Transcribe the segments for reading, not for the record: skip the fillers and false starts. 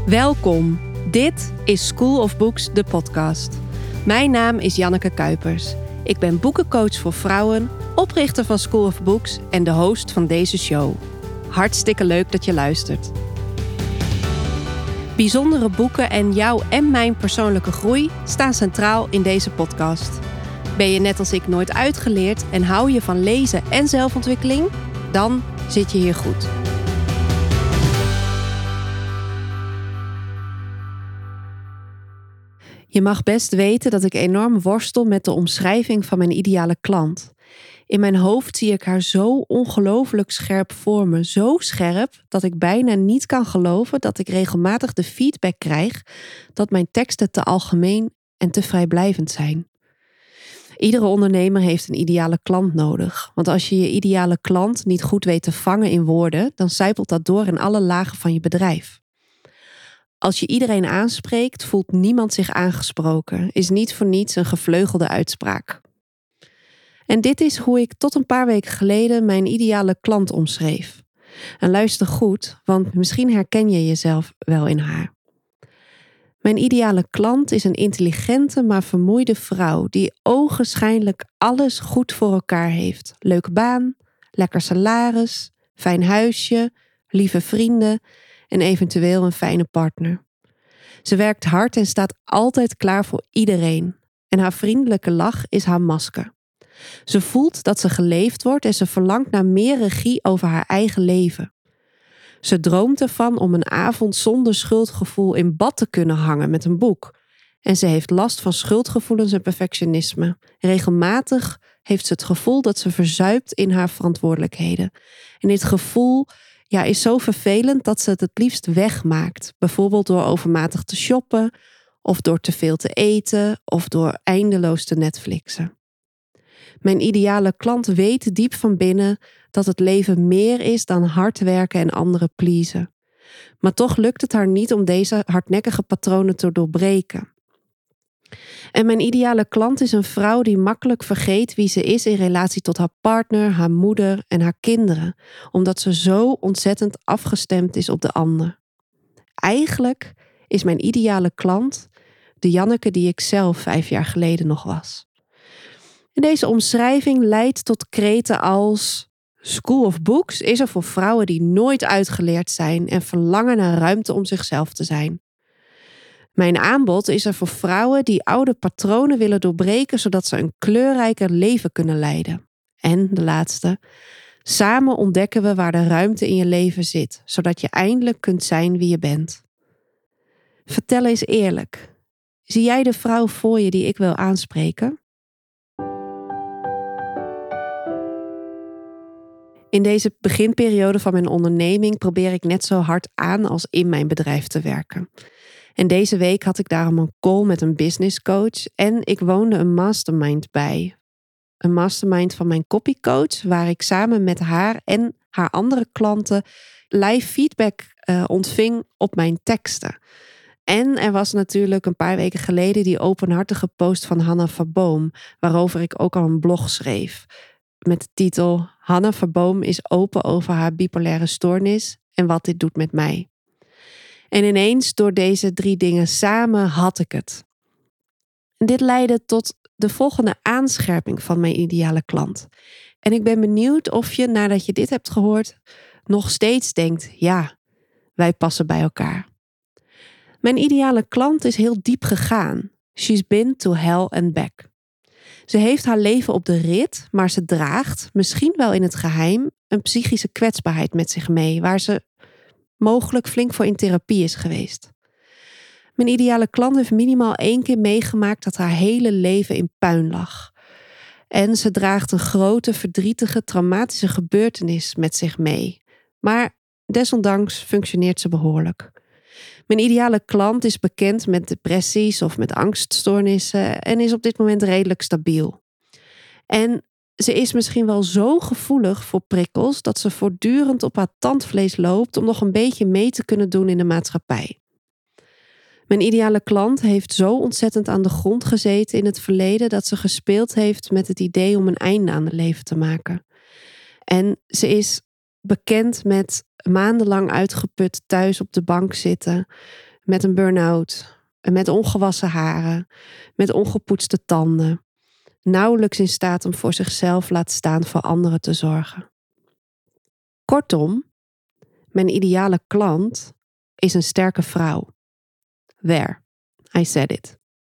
Welkom. Dit is School of Books, de podcast. Mijn naam is Janneke Kuipers. Ik ben boekencoach voor vrouwen, oprichter van School of Books en de host van deze show. Hartstikke leuk dat je luistert. Bijzondere boeken en jouw en mijn persoonlijke groei staan centraal in deze podcast. Ben je net als ik nooit uitgeleerd en hou je van lezen en zelfontwikkeling? Dan zit je hier goed. Je mag best weten dat ik enorm worstel met de omschrijving van mijn ideale klant. In mijn hoofd zie ik haar zo ongelooflijk scherp voor me. Zo scherp dat ik bijna niet kan geloven dat ik regelmatig de feedback krijg dat mijn teksten te algemeen en te vrijblijvend zijn. Iedere ondernemer heeft een ideale klant nodig. Want als je je ideale klant niet goed weet te vangen in woorden, dan sijpelt dat door in alle lagen van je bedrijf. Als je iedereen aanspreekt, voelt niemand zich aangesproken. Is niet voor niets een gevleugelde uitspraak. En dit is hoe ik tot een paar weken geleden mijn ideale klant omschreef. En luister goed, want misschien herken je jezelf wel in haar. Mijn ideale klant is een intelligente, maar vermoeide vrouw die ogenschijnlijk alles goed voor elkaar heeft. Leuke baan, lekker salaris, fijn huisje, lieve vrienden en eventueel een fijne partner. Ze werkt hard en staat altijd klaar voor iedereen. En haar vriendelijke lach is haar masker. Ze voelt dat ze geleefd wordt en ze verlangt naar meer regie over haar eigen leven. Ze droomt ervan om een avond zonder schuldgevoel in bad te kunnen hangen met een boek. En ze heeft last van schuldgevoelens en perfectionisme. Regelmatig heeft ze het gevoel dat ze verzuipt in haar verantwoordelijkheden. En dit gevoel is zo vervelend dat ze het liefst wegmaakt. Bijvoorbeeld door overmatig te shoppen, of door te veel te eten, of door eindeloos te Netflixen. Mijn ideale klant weet diep van binnen dat het leven meer is dan hard werken en anderen pleasen. Maar toch lukt het haar niet om deze hardnekkige patronen te doorbreken. En mijn ideale klant is een vrouw die makkelijk vergeet wie ze is in relatie tot haar partner, haar moeder en haar kinderen, omdat ze zo ontzettend afgestemd is op de ander. Eigenlijk is mijn ideale klant de Janneke die ik zelf 5 jaar geleden nog was. En deze omschrijving leidt tot kreten als: School of Books is er voor vrouwen die nooit uitgeleerd zijn en verlangen naar ruimte om zichzelf te zijn. Mijn aanbod is er voor vrouwen die oude patronen willen doorbreken zodat ze een kleurrijker leven kunnen leiden. En de laatste: samen ontdekken we waar de ruimte in je leven zit, zodat je eindelijk kunt zijn wie je bent. Vertel eens eerlijk. Zie jij de vrouw voor je die ik wil aanspreken? In deze beginperiode van mijn onderneming probeer ik net zo hard aan als in mijn bedrijf te werken. En deze week had ik daarom een call met een business coach en ik woonde een mastermind bij. Een mastermind van mijn copycoach, waar ik samen met haar en haar andere klanten live feedback ontving op mijn teksten. En er was natuurlijk een paar weken geleden die openhartige post van Hanna Verboom, waarover ik ook al een blog schreef. Met de titel: Hanna Verboom is open over haar bipolaire stoornis en wat dit doet met mij. En ineens door deze 3 dingen samen had ik het. En dit leidde tot de volgende aanscherping van mijn ideale klant. En ik ben benieuwd of je, nadat je dit hebt gehoord, nog steeds denkt: ja, wij passen bij elkaar. Mijn ideale klant is heel diep gegaan. She's been to hell and back. Ze heeft haar leven op de rit, maar ze draagt, misschien wel in het geheim, een psychische kwetsbaarheid met zich mee, waar ze mogelijk flink voor in therapie is geweest. Mijn ideale klant heeft minimaal 1 keer meegemaakt dat haar hele leven in puin lag. En ze draagt een grote, verdrietige, traumatische gebeurtenis met zich mee. Maar desondanks functioneert ze behoorlijk. Mijn ideale klant is bekend met depressies of met angststoornissen en is op dit moment redelijk stabiel. En ze is misschien wel zo gevoelig voor prikkels dat ze voortdurend op haar tandvlees loopt om nog een beetje mee te kunnen doen in de maatschappij. Mijn ideale klant heeft zo ontzettend aan de grond gezeten in het verleden dat ze gespeeld heeft met het idee om een einde aan het leven te maken. En ze is bekend met maandenlang uitgeput thuis op de bank zitten, met een burn-out, met ongewassen haren, met ongepoetste tanden, nauwelijks in staat om voor zichzelf, laat staan voor anderen te zorgen. Kortom, mijn ideale klant is een sterke vrouw. There, I said it.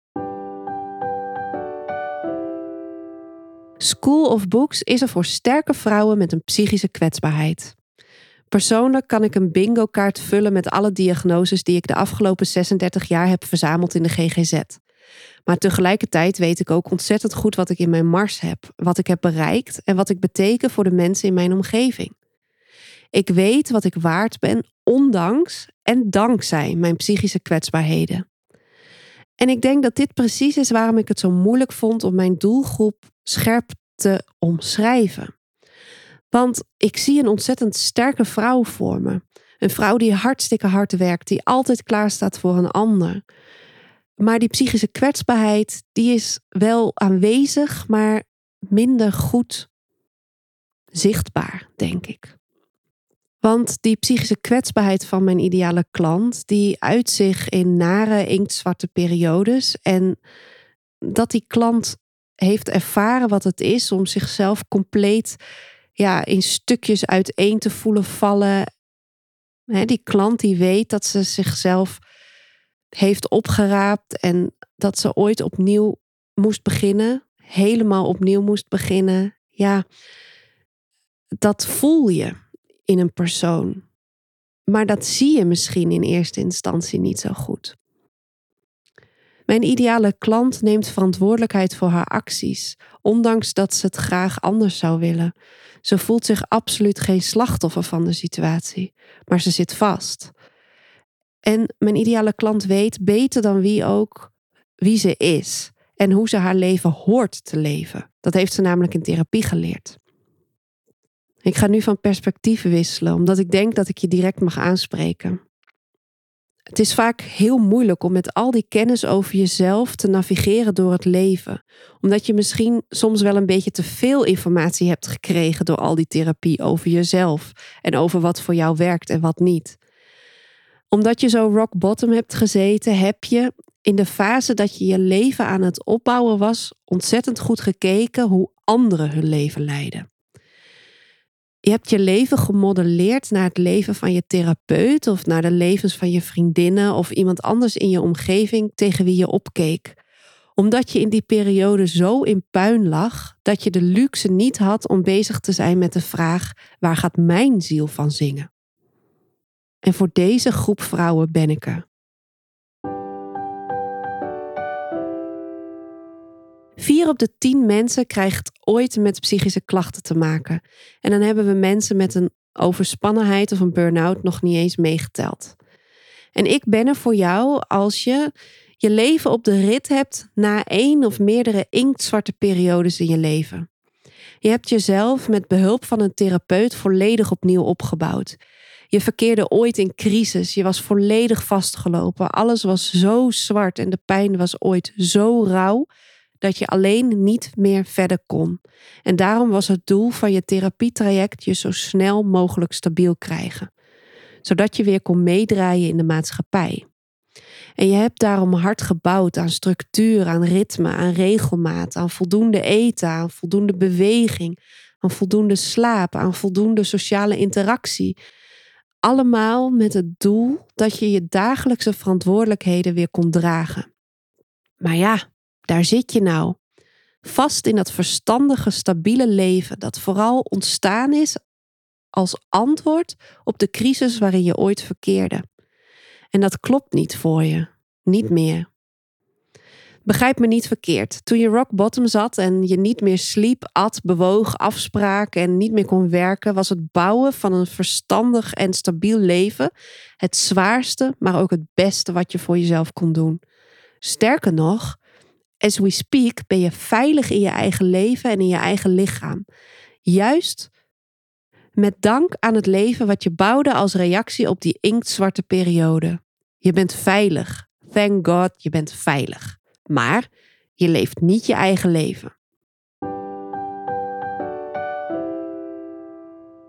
School of Books is er voor sterke vrouwen met een psychische kwetsbaarheid. Persoonlijk kan ik een bingo-kaart vullen met alle diagnoses die ik de afgelopen 36 jaar heb verzameld in de GGZ. Maar tegelijkertijd weet ik ook ontzettend goed wat ik in mijn mars heb, wat ik heb bereikt en wat ik beteken voor de mensen in mijn omgeving. Ik weet wat ik waard ben, ondanks en dankzij mijn psychische kwetsbaarheden. En ik denk dat dit precies is waarom ik het zo moeilijk vond om mijn doelgroep scherp te omschrijven. Want ik zie een ontzettend sterke vrouw voor me. Een vrouw die hartstikke hard werkt, die altijd klaar staat voor een ander. Maar die psychische kwetsbaarheid, die is wel aanwezig, maar minder goed zichtbaar, denk ik. Want die psychische kwetsbaarheid van mijn ideale klant, die uit zich in nare, inktzwarte periodes. En dat die klant heeft ervaren wat het is om zichzelf compleet in stukjes uiteen te voelen vallen. Die klant die weet dat ze zichzelf heeft opgeraapt en dat ze ooit opnieuw moest beginnen. Helemaal opnieuw moest beginnen. Ja, dat voel je in een persoon. Maar dat zie je misschien in eerste instantie niet zo goed. Mijn ideale klant neemt verantwoordelijkheid voor haar acties, ondanks dat ze het graag anders zou willen. Ze voelt zich absoluut geen slachtoffer van de situatie, maar ze zit vast. En mijn ideale klant weet beter dan wie ook wie ze is en hoe ze haar leven hoort te leven. Dat heeft ze namelijk in therapie geleerd. Ik ga nu van perspectief wisselen, omdat ik denk dat ik je direct mag aanspreken. Het is vaak heel moeilijk om met al die kennis over jezelf te navigeren door het leven. Omdat je misschien soms wel een beetje te veel informatie hebt gekregen door al die therapie over jezelf. En over wat voor jou werkt en wat niet. Omdat je zo rock bottom hebt gezeten, heb je in de fase dat je je leven aan het opbouwen was, ontzettend goed gekeken hoe anderen hun leven leiden. Je hebt je leven gemodelleerd naar het leven van je therapeut of naar de levens van je vriendinnen of iemand anders in je omgeving tegen wie je opkeek. Omdat je in die periode zo in puin lag dat je de luxe niet had om bezig te zijn met de vraag: waar gaat mijn ziel van zingen? En voor deze groep vrouwen ben ik er. 4 op de 10 mensen krijgt ooit met psychische klachten te maken. En dan hebben we mensen met een overspannenheid of een burn-out nog niet eens meegeteld. En ik ben er voor jou als je je leven op de rit hebt na 1 of meerdere inktzwarte periodes in je leven. Je hebt jezelf met behulp van een therapeut volledig opnieuw opgebouwd. Je verkeerde ooit in crisis, je was volledig vastgelopen. Alles was zo zwart en de pijn was ooit zo rauw dat je alleen niet meer verder kon. En daarom was het doel van je therapietraject je zo snel mogelijk stabiel krijgen. Zodat je weer kon meedraaien in de maatschappij. En je hebt daarom hard gebouwd aan structuur, aan ritme, aan regelmaat, aan voldoende eten, aan voldoende beweging, aan voldoende slaap, aan voldoende sociale interactie. Allemaal met het doel dat je je dagelijkse verantwoordelijkheden weer kon dragen. Maar ja, daar zit je nou. Vast in dat verstandige, stabiele leven dat vooral ontstaan is als antwoord op de crisis waarin je ooit verkeerde. En dat klopt niet voor je. Niet meer. Begrijp me niet verkeerd. Toen je rock bottom zat en je niet meer sliep, at, bewoog, afspraak en niet meer kon werken, was het bouwen van een verstandig en stabiel leven het zwaarste, maar ook het beste wat je voor jezelf kon doen. Sterker nog, as we speak ben je veilig in je eigen leven en in je eigen lichaam. Juist met dank aan het leven wat je bouwde als reactie op die inktzwarte periode. Je bent veilig. Thank God, je bent veilig. Maar je leeft niet je eigen leven.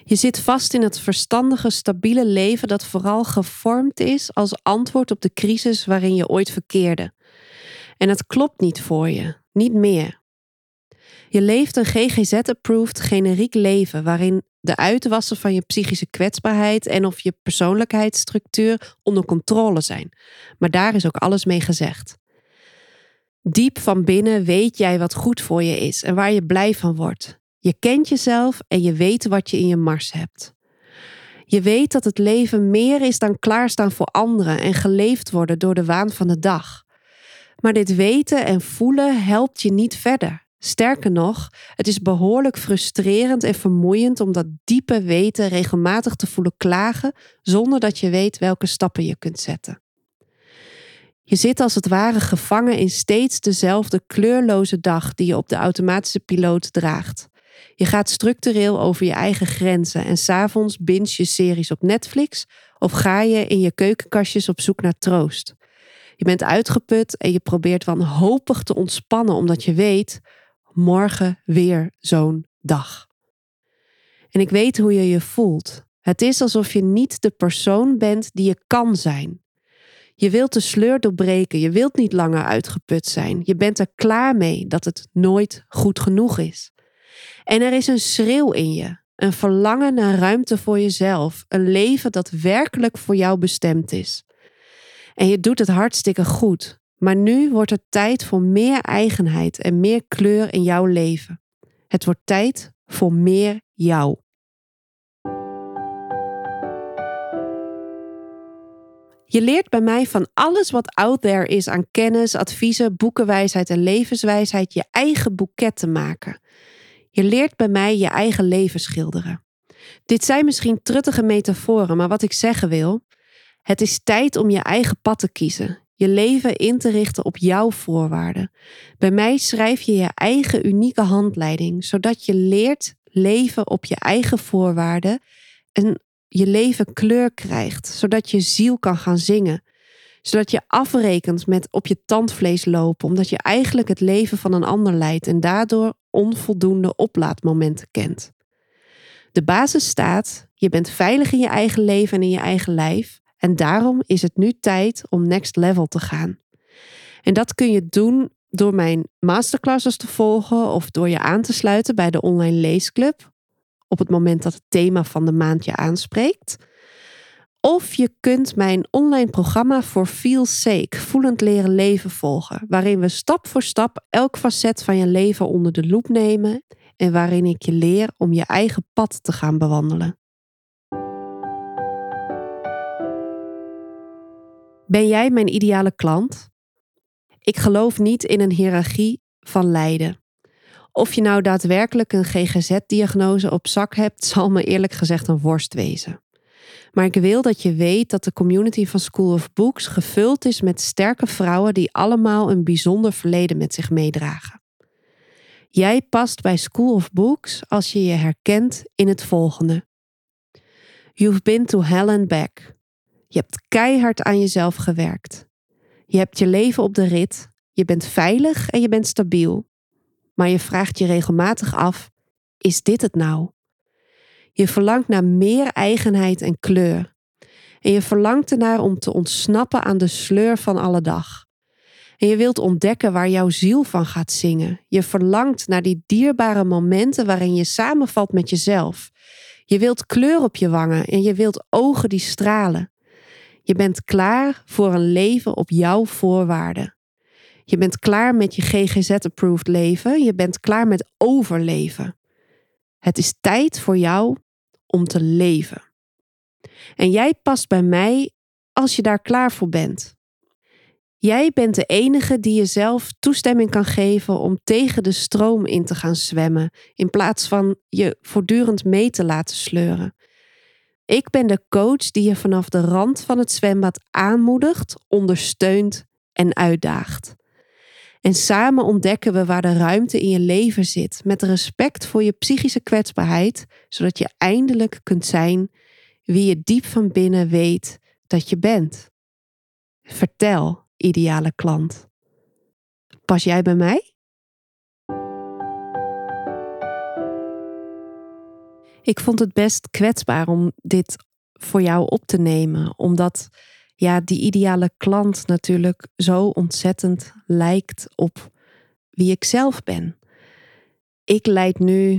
Je zit vast in het verstandige, stabiele leven dat vooral gevormd is als antwoord op de crisis waarin je ooit verkeerde. En het klopt niet voor je, niet meer. Je leeft een GGZ-approved generiek leven waarin de uitwassen van je psychische kwetsbaarheid en of je persoonlijkheidsstructuur onder controle zijn. Maar daar is ook alles mee gezegd. Diep van binnen weet jij wat goed voor je is en waar je blij van wordt. Je kent jezelf en je weet wat je in je mars hebt. Je weet dat het leven meer is dan klaarstaan voor anderen en geleefd worden door de waan van de dag. Maar dit weten en voelen helpt je niet verder. Sterker nog, het is behoorlijk frustrerend en vermoeiend om dat diepe weten regelmatig te voelen klagen zonder dat je weet welke stappen je kunt zetten. Je zit als het ware gevangen in steeds dezelfde kleurloze dag die je op de automatische piloot draagt. Je gaat structureel over je eigen grenzen en 's avonds binge je series op Netflix of ga je in je keukenkastjes op zoek naar troost. Je bent uitgeput en je probeert wanhopig te ontspannen omdat je weet, morgen weer zo'n dag. En ik weet hoe je je voelt. Het is alsof je niet de persoon bent die je kan zijn. Je wilt de sleur doorbreken, je wilt niet langer uitgeput zijn. Je bent er klaar mee dat het nooit goed genoeg is. En er is een schreeuw in je, een verlangen naar ruimte voor jezelf, een leven dat werkelijk voor jou bestemd is. En je doet het hartstikke goed, maar nu wordt het tijd voor meer eigenheid en meer kleur in jouw leven. Het wordt tijd voor meer jou. Je leert bij mij van alles wat out there is aan kennis, adviezen, boekenwijsheid en levenswijsheid je eigen boeket te maken. Je leert bij mij je eigen leven schilderen. Dit zijn misschien truttige metaforen, maar wat ik zeggen wil, het is tijd om je eigen pad te kiezen. Je leven in te richten op jouw voorwaarden. Bij mij schrijf je je eigen unieke handleiding, zodat je leert leven op je eigen voorwaarden en je leven kleur krijgt, zodat je ziel kan gaan zingen. Zodat je afrekent met op je tandvlees lopen, omdat je eigenlijk het leven van een ander leidt en daardoor onvoldoende oplaadmomenten kent. De basis staat, je bent veilig in je eigen leven en in je eigen lijf en daarom is het nu tijd om next level te gaan. En dat kun je doen door mijn masterclasses te volgen of door je aan te sluiten bij de online leesclub op het moment dat het thema van de maand je aanspreekt. Of je kunt mijn online programma For Feel's Sake, voelend leren leven volgen, waarin we stap voor stap elk facet van je leven onder de loep nemen en waarin ik je leer om je eigen pad te gaan bewandelen. Ben jij mijn ideale klant? Ik geloof niet in een hiërarchie van lijden. Of je nou daadwerkelijk een GGZ-diagnose op zak hebt, zal me eerlijk gezegd een worst wezen. Maar ik wil dat je weet dat de community van School of Books gevuld is met sterke vrouwen die allemaal een bijzonder verleden met zich meedragen. Jij past bij School of Books als je je herkent in het volgende. You've been to hell and back. Je hebt keihard aan jezelf gewerkt. Je hebt je leven op de rit. Je bent veilig en je bent stabiel. Maar je vraagt je regelmatig af, is dit het nou? Je verlangt naar meer eigenheid en kleur. En je verlangt ernaar om te ontsnappen aan de sleur van alle dag. En je wilt ontdekken waar jouw ziel van gaat zingen. Je verlangt naar die dierbare momenten waarin je samenvalt met jezelf. Je wilt kleur op je wangen en je wilt ogen die stralen. Je bent klaar voor een leven op jouw voorwaarden. Je bent klaar met je GGZ-approved leven. Je bent klaar met overleven. Het is tijd voor jou om te leven. En jij past bij mij als je daar klaar voor bent. Jij bent de enige die jezelf toestemming kan geven om tegen de stroom in te gaan zwemmen, in plaats van je voortdurend mee te laten sleuren. Ik ben de coach die je vanaf de rand van het zwembad aanmoedigt, ondersteunt en uitdaagt. En samen ontdekken we waar de ruimte in je leven zit, met respect voor je psychische kwetsbaarheid, zodat je eindelijk kunt zijn wie je diep van binnen weet dat je bent. Vertel, ideale klant. Pas jij bij mij? Ik vond het best kwetsbaar om dit voor jou op te nemen. Omdat die ideale klant natuurlijk zo ontzettend lijkt op wie ik zelf ben. Ik leid nu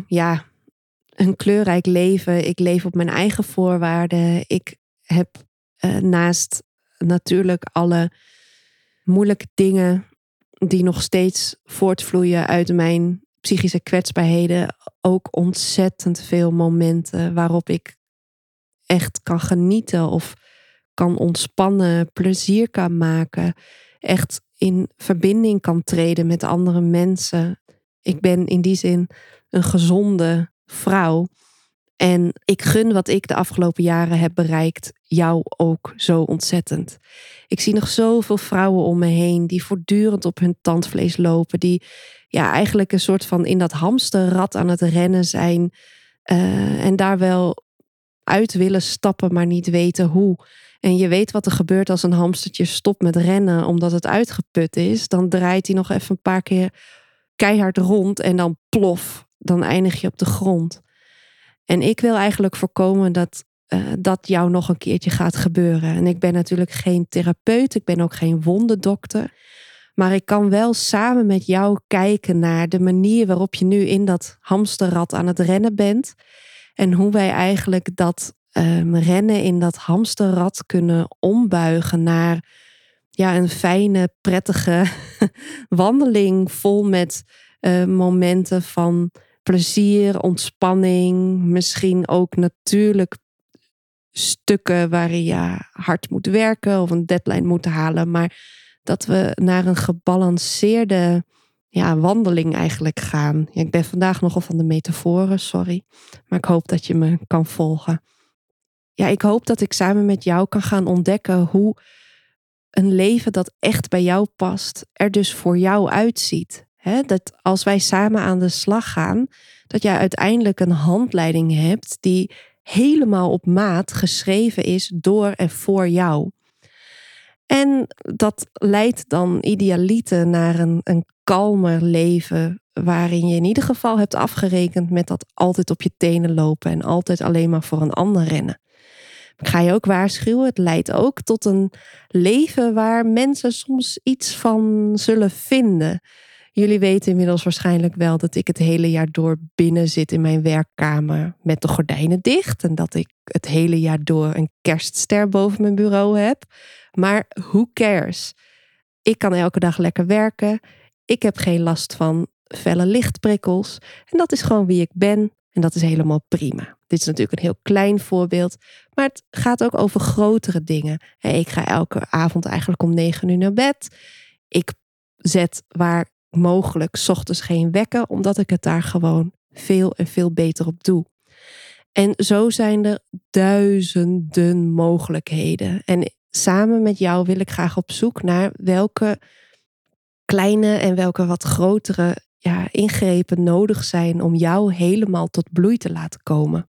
een kleurrijk leven. Ik leef op mijn eigen voorwaarden. Ik heb naast natuurlijk alle moeilijke dingen die nog steeds voortvloeien uit mijn psychische kwetsbaarheden, ook ontzettend veel momenten waarop ik echt kan genieten of kan ontspannen, plezier kan maken, echt in verbinding kan treden met andere mensen. Ik ben in die zin een gezonde vrouw. En ik gun wat ik de afgelopen jaren heb bereikt jou ook zo ontzettend. Ik zie nog zoveel vrouwen om me heen die voortdurend op hun tandvlees lopen. Die eigenlijk een soort van in dat hamsterrad aan het rennen zijn. En daar wel uit willen stappen, maar niet weten hoe. En je weet wat er gebeurt als een hamstertje stopt met rennen omdat het uitgeput is. Dan draait hij nog even een paar keer keihard rond en dan plof. Dan eindig je op de grond. En ik wil eigenlijk voorkomen dat jou nog een keertje gaat gebeuren. En ik ben natuurlijk geen therapeut, ik ben ook geen wondendokter. Maar ik kan wel samen met jou kijken naar de manier waarop je nu in dat hamsterrad aan het rennen bent. En hoe wij eigenlijk dat rennen in dat hamsterrad kunnen ombuigen naar een fijne, prettige wandeling vol met momenten van plezier, ontspanning, misschien ook natuurlijk stukken waarin je hard moet werken of een deadline moet halen, maar dat we naar een gebalanceerde wandeling eigenlijk gaan. Ik ben vandaag nogal van de metaforen, sorry, maar ik hoop dat je me kan volgen. Ik hoop dat ik samen met jou kan gaan ontdekken hoe een leven dat echt bij jou past er dus voor jou uitziet. Dat als wij samen aan de slag gaan, dat jij uiteindelijk een handleiding hebt die helemaal op maat geschreven is door en voor jou. En dat leidt dan idealiter naar een kalmer leven, waarin je in ieder geval hebt afgerekend met dat altijd op je tenen lopen en altijd alleen maar voor een ander rennen. Ik ga je ook waarschuwen, het leidt ook tot een leven waar mensen soms iets van zullen vinden. Jullie weten inmiddels waarschijnlijk wel dat ik het hele jaar door binnen zit in mijn werkkamer met de gordijnen dicht. En dat ik het hele jaar door een kerstster boven mijn bureau heb. Maar who cares? Ik kan elke dag lekker werken. Ik heb geen last van felle lichtprikkels. En dat is gewoon wie ik ben. En dat is helemaal prima. Dit is natuurlijk een heel klein voorbeeld. Maar het gaat ook over grotere dingen. Ik ga elke avond eigenlijk om 9 uur naar bed. Ik zet waar mogelijk 's ochtends geen wekker, omdat ik het daar gewoon veel en veel beter op doe. En zo zijn er duizenden mogelijkheden. En samen met jou wil ik graag op zoek naar welke kleine en welke wat grotere ingrepen nodig zijn om jou helemaal tot bloei te laten komen.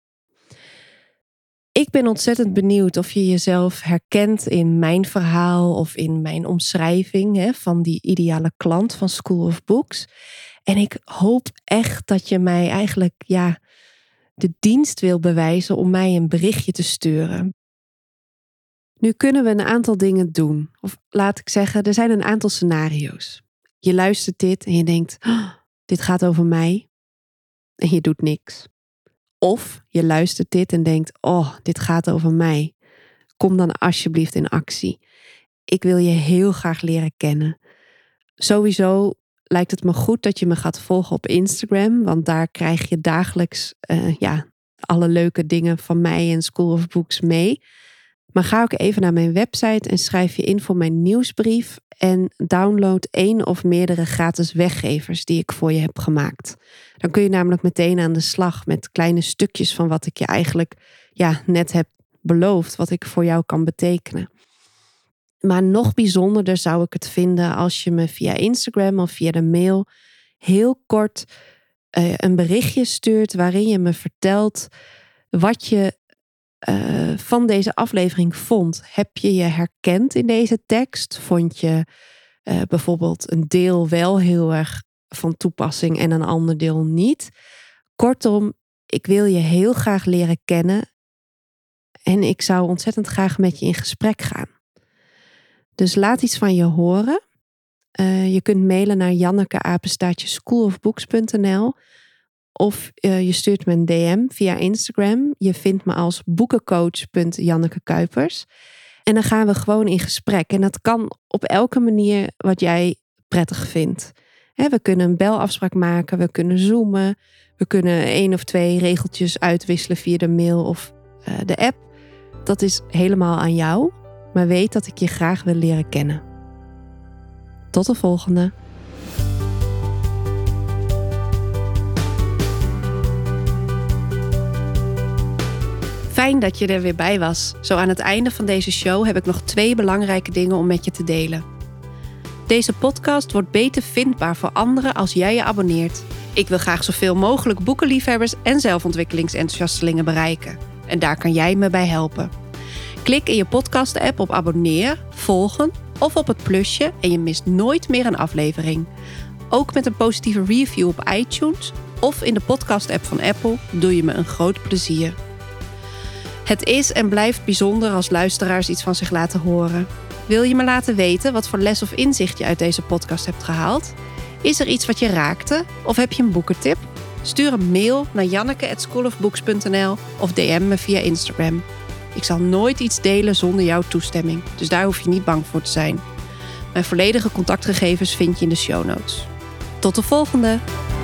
Ik ben ontzettend benieuwd of je jezelf herkent in mijn verhaal of in mijn omschrijving van die ideale klant van School of Books. En ik hoop echt dat je mij eigenlijk de dienst wil bewijzen om mij een berichtje te sturen. Nu kunnen we een aantal dingen doen. Of laat ik zeggen, er zijn een aantal scenario's. Je luistert dit en je denkt, dit gaat over mij. En je doet niks. Of je luistert dit en denkt, dit gaat over mij. Kom dan alsjeblieft in actie. Ik wil je heel graag leren kennen. Sowieso lijkt het me goed dat je me gaat volgen op Instagram. Want daar krijg je dagelijks alle leuke dingen van mij en School of Books mee. Maar ga ook even naar mijn website en schrijf je in voor mijn nieuwsbrief. En download 1 of meerdere gratis weggevers die ik voor je heb gemaakt. Dan kun je namelijk meteen aan de slag met kleine stukjes van wat ik je eigenlijk net heb beloofd. Wat ik voor jou kan betekenen. Maar nog bijzonderder zou ik het vinden als je me via Instagram of via de mail heel kort een berichtje stuurt waarin je me vertelt wat je van deze aflevering vond. Heb je je herkend in deze tekst? Vond je bijvoorbeeld een deel wel heel erg van toepassing en een ander deel niet? Kortom, Ik wil je heel graag leren kennen. En ik zou ontzettend graag met je in gesprek gaan. Dus laat iets van je horen. Je kunt mailen naar janneke@schoolofbooks.nl of je stuurt me een DM via Instagram. Je vindt me als boekencoach.jannekekuipers. En dan gaan we gewoon in gesprek. En dat kan op elke manier wat jij prettig vindt. We kunnen een belafspraak maken, we kunnen zoomen. We kunnen 1 of 2 regeltjes uitwisselen via de mail of de app. Dat is helemaal aan jou. Maar weet dat ik je graag wil leren kennen. Tot de volgende. Fijn dat je er weer bij was. Zo aan het einde van deze show heb ik nog 2 belangrijke dingen om met je te delen. Deze podcast wordt beter vindbaar voor anderen als jij je abonneert. Ik wil graag zoveel mogelijk boekenliefhebbers en zelfontwikkelingsenthousiastelingen bereiken. En daar kan jij me bij helpen. Klik in je podcast-app op abonneer, volgen of op het plusje en je mist nooit meer een aflevering. Ook met een positieve review op iTunes of in de podcast-app van Apple doe je me een groot plezier. Het is en blijft bijzonder als luisteraars iets van zich laten horen. Wil je me laten weten wat voor les of inzicht je uit deze podcast hebt gehaald? Is er iets wat je raakte of heb je een boekentip? Stuur een mail naar janneke@schoolofbooks.nl of DM me via Instagram. Ik zal nooit iets delen zonder jouw toestemming, dus daar hoef je niet bang voor te zijn. Mijn volledige contactgegevens vind je in de show notes. Tot de volgende!